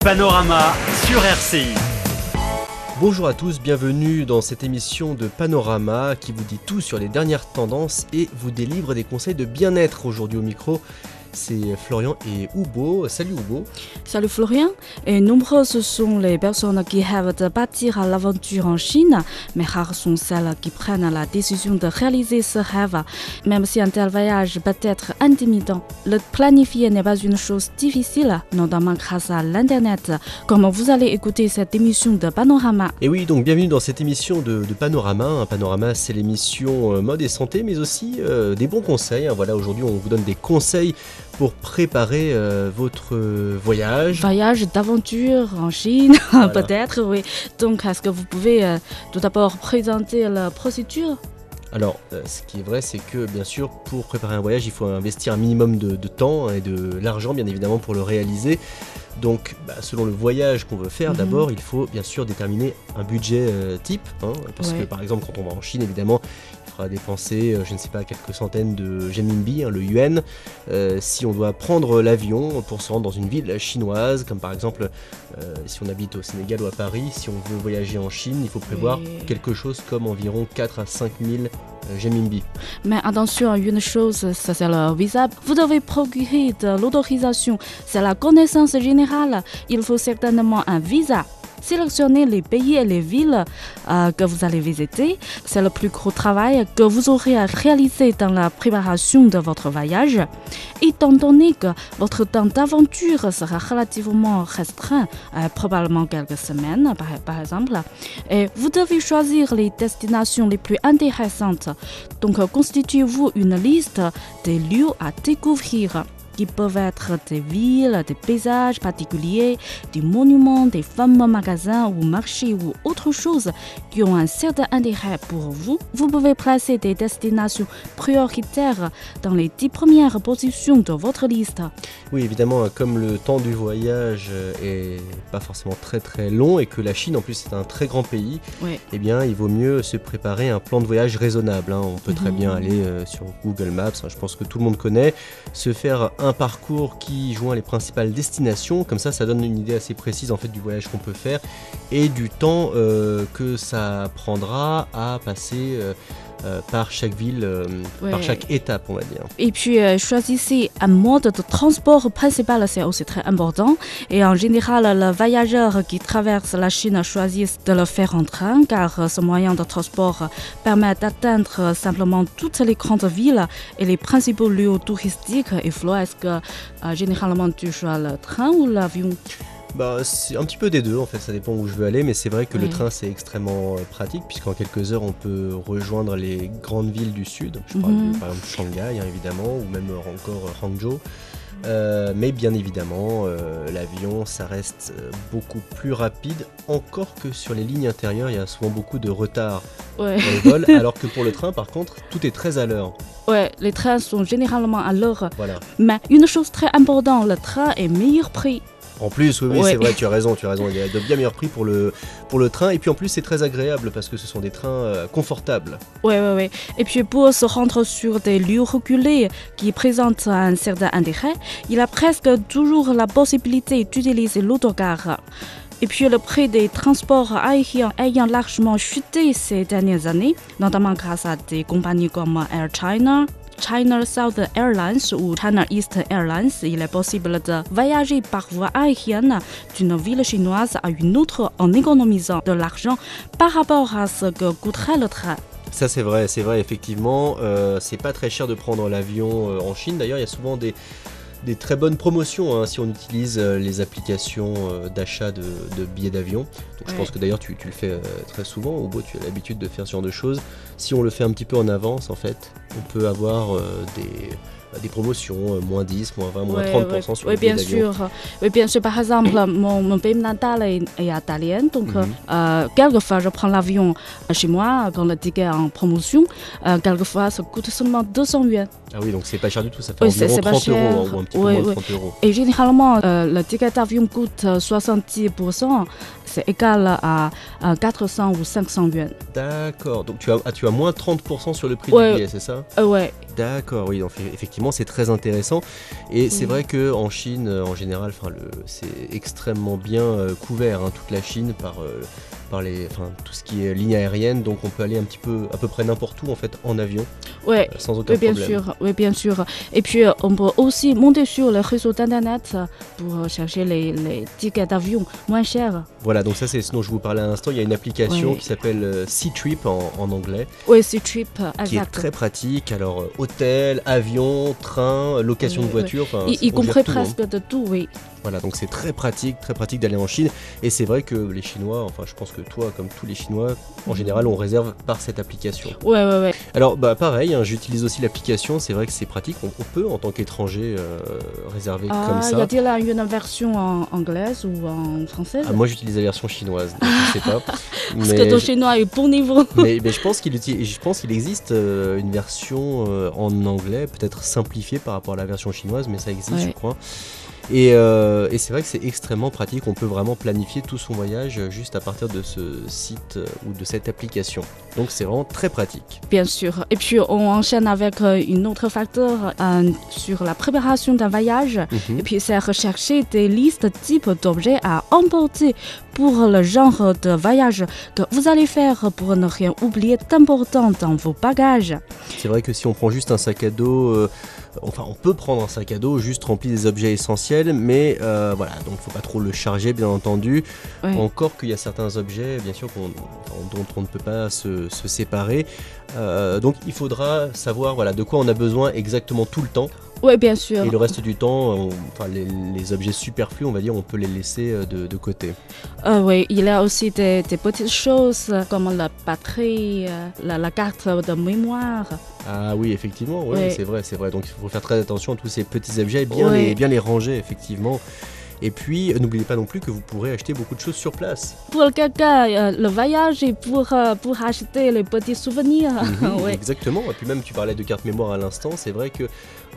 Panorama sur RCI. Bonjour à tous, bienvenue dans cette émission de Panorama qui vous dit tout sur les dernières tendances et vous délivre des conseils de bien-être. Aujourd'hui au micro, c'est Florian et Hugo. Salut Hugo. Salut Florian. Et nombreuses sont les personnes qui rêvent de partir à l'aventure en Chine, mais rares sont celles qui prennent la décision de réaliser ce rêve. Même si un tel voyage peut être intimidant, le planifier n'est pas une chose difficile, notamment grâce à l'Internet, comme vous allez écouter cette émission de Panorama. Et oui, donc bienvenue dans cette émission de Panorama. Panorama, c'est l'émission mode et santé, mais aussi des bons conseils. Voilà, aujourd'hui, on vous donne des conseils pour préparer votre voyage. Voyage d'aventure en Chine, voilà. Peut-être, oui. Donc, est-ce que vous pouvez tout d'abord présenter la procédure ? Alors, ce qui est vrai, c'est que, bien sûr, pour préparer un voyage, il faut investir un minimum de temps et de l'argent, bien évidemment, pour le réaliser. Donc, selon le voyage qu'on veut faire, d'abord, il faut bien sûr déterminer un budget type. Parce que, par exemple, quand on va en Chine, évidemment, il faudra dépenser, je ne sais pas, quelques centaines de renminbi, le yuan, si on doit prendre l'avion pour se rendre dans une ville chinoise, comme par exemple, si on habite au Sénégal ou à Paris, si on veut voyager en Chine, il faut prévoir quelque chose comme environ 4 à 5 000 renminbi. Mais attention, une chose, ça c'est le visa. Vous devez procurer de l'autorisation. C'est la connaissance générale. Il faut certainement un visa. Sélectionnez les pays et les villes que vous allez visiter. C'est le plus gros travail que vous aurez à réaliser dans la préparation de votre voyage. Étant donné que votre temps d'aventure sera relativement restreint, probablement quelques semaines par exemple, et vous devez choisir les destinations les plus intéressantes. Donc, constituez-vous une liste des lieux à découvrir, qui peuvent être des villes, des paysages particuliers, des monuments, des fameux magasins ou marchés ou autre chose qui ont un certain intérêt pour vous. Vous pouvez placer des destinations prioritaires dans les 10 premières positions de votre liste. Oui, évidemment, comme le temps du voyage est pas forcément très très long et que la Chine en plus est un très grand pays, eh bien il vaut mieux se préparer un plan de voyage raisonnable. On peut très bien aller sur Google Maps, je pense que tout le monde connaît, se faire un parcours qui joint les principales destinations, comme ça donne une idée assez précise en fait du voyage qu'on peut faire et du temps que ça prendra à passer par chaque ville, par chaque étape on va dire. Et puis choisissez un mode de transport principal, c'est aussi très important. Et en général, les voyageurs qui traversent la Chine choisissent de le faire en train, car ce moyen de transport permet d'atteindre simplement toutes les grandes villes et les principaux lieux touristiques. Et Flo, est-ce que généralement tu choisis le train ou l'avion ? C'est un petit peu des deux en fait, ça dépend où je veux aller, mais c'est vrai que le train c'est extrêmement pratique puisqu'en quelques heures on peut rejoindre les grandes villes du sud. Je parle par exemple Shanghai évidemment, ou même encore Hangzhou. Mais bien évidemment, l'avion ça reste beaucoup plus rapide, encore que sur les lignes intérieures il y a souvent beaucoup de retard dans les vols, alors que pour le train par contre tout est très à l'heure. Ouais, les trains sont généralement à l'heure. Voilà. Mais une chose très importante, le train est meilleur prix. En plus, oui, c'est vrai, tu as raison, il y a de bien meilleurs prix pour le train, et puis en plus c'est très agréable parce que ce sont des trains confortables. Oui. Et puis pour se rendre sur des lieux reculés qui présentent un certain intérêt, il y a presque toujours la possibilité d'utiliser l'autocar. Et puis le prix des transports aériens ayant largement chuté ces dernières années, notamment grâce à des compagnies comme Air China, China Southern Airlines ou China Eastern Airlines, il est possible de voyager par voie aérienne d'une ville chinoise à une autre en économisant de l'argent par rapport à ce que coûterait le train. Ça c'est vrai effectivement, c'est pas très cher de prendre l'avion en Chine, d'ailleurs il y a souvent des très bonnes promotions si on utilise les applications d'achat de billets d'avion. Donc je pense que d'ailleurs tu le fais très souvent, Hugo, tu as l'habitude de faire ce genre de choses. Si on le fait un petit peu en avance en fait, on peut avoir des promotions, moins 10, moins 20, moins 30% sur les billets d'avion. Oui, bien sûr. Par exemple, mon pays natal est italien, donc quelquefois je prends l'avion chez moi quand le ticket est en promotion. Quelquefois, ça coûte seulement 200 yuan. Ah oui, donc c'est pas cher du tout, ça fait environ 30 euros ou un petit peu moins de 30 euros. Et généralement, le ticket d'avion coûte 70%. c'est égal à 400 ou 500 yuan. D'accord, donc tu as moins 30% sur le prix Ouais. du billet, c'est ça? Ouais. D'accord, oui, donc effectivement c'est très intéressant et c'est vrai qu'en Chine en général, c'est extrêmement bien couvert, hein, toute la Chine par tout ce qui est ligne aérienne, donc on peut aller à peu près n'importe où en fait en avion Ouais. sans aucun Oui, bien problème. sûr, oui, bien sûr. Et puis, on peut aussi monter sur le réseau d'Internet pour chercher les tickets d'avion moins chers. Voilà, donc ça c'est ce dont je vous parlais à l'instant, il y a une application Ouais. qui s'appelle Ctrip en anglais, Oui, c'est Trip, qui est exact. très pratique. Alors hôtel, avion, train, location de Ouais, voiture, Y on gère compris tout, hein. presque de tout, oui. Voilà, donc c'est très pratique d'aller en Chine. Et c'est vrai que les Chinois, enfin je pense que toi, comme tous les Chinois, en général, on réserve par cette application. Ouais. Alors bah pareil, hein, j'utilise aussi l'application, c'est vrai que c'est pratique. On peut en tant qu'étranger réserver comme Y ça. a-t-il une version en anglaise ou en française? Ah, moi j'utilise la version chinoise, donc je sais pas. Parce que ton chinois est bon niveau. mais je pense qu'il existe une version en anglais, peut-être simplifiée par rapport à la version chinoise, mais ça existe, Ouais. je crois. Et c'est vrai que c'est extrêmement pratique, on peut vraiment planifier tout son voyage juste à partir de ce site ou de cette application. Donc c'est vraiment très pratique. Bien sûr. Et puis, on enchaîne avec un autre facteur sur la préparation d'un voyage. Mhm. Et puis, c'est rechercher des listes types d'objets à emporter pour le genre de voyage que vous allez faire pour ne rien oublier d'important dans vos bagages. C'est vrai que si on prend juste un sac à dos, on peut prendre un sac à dos juste rempli des objets essentiels, mais voilà, donc il faut pas trop le charger, bien entendu. Ouais. Encore qu'il y a certains objets, bien sûr, dont on ne peut pas se séparer. Donc il faudra savoir voilà, de quoi on a besoin exactement tout le temps. Oui, bien sûr. Et le reste du temps, les objets superflus, on va dire, on peut les laisser de côté. Oui, il y a aussi des petites choses comme la batterie, la carte de mémoire. Ah oui, effectivement, oui, Ouais. c'est vrai. Donc il faut faire très attention à tous ces petits objets, Ouais. bien les ranger, effectivement. Et puis, n'oubliez pas non plus que vous pourrez acheter beaucoup de choses sur place. Pour quelqu'un, le voyage est pour acheter les petits souvenirs. Mhm, Ouais. Exactement. Et puis même, tu parlais de carte mémoire à l'instant. C'est vrai que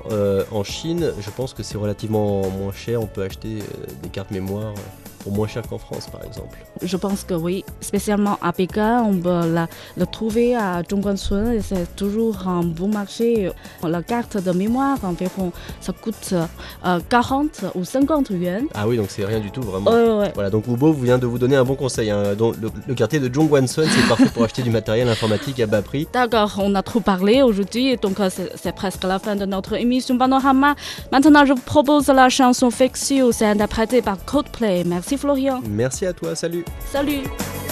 en Chine, je pense que c'est relativement moins cher. On peut acheter des cartes mémoire pour moins cher qu'en France, par exemple. Je pense que oui, spécialement à Pékin, on peut le trouver à Zhongguancun et c'est toujours un bon marché. La carte de mémoire, environ, ça coûte 40 ou 50 yuan. Ah oui, donc c'est rien du tout, vraiment. Ouais. Voilà, donc Ubo vient de vous donner un bon conseil, hein. Donc, le quartier de Zhongguancun, c'est parfait pour acheter du matériel informatique à bas prix. D'accord, on a trop parlé aujourd'hui, donc c'est presque la fin de notre émission Panorama. Maintenant, je vous propose la chanson Fix You, c'est interprété par Coldplay. Merci Florian. Merci à toi, salut. Salut.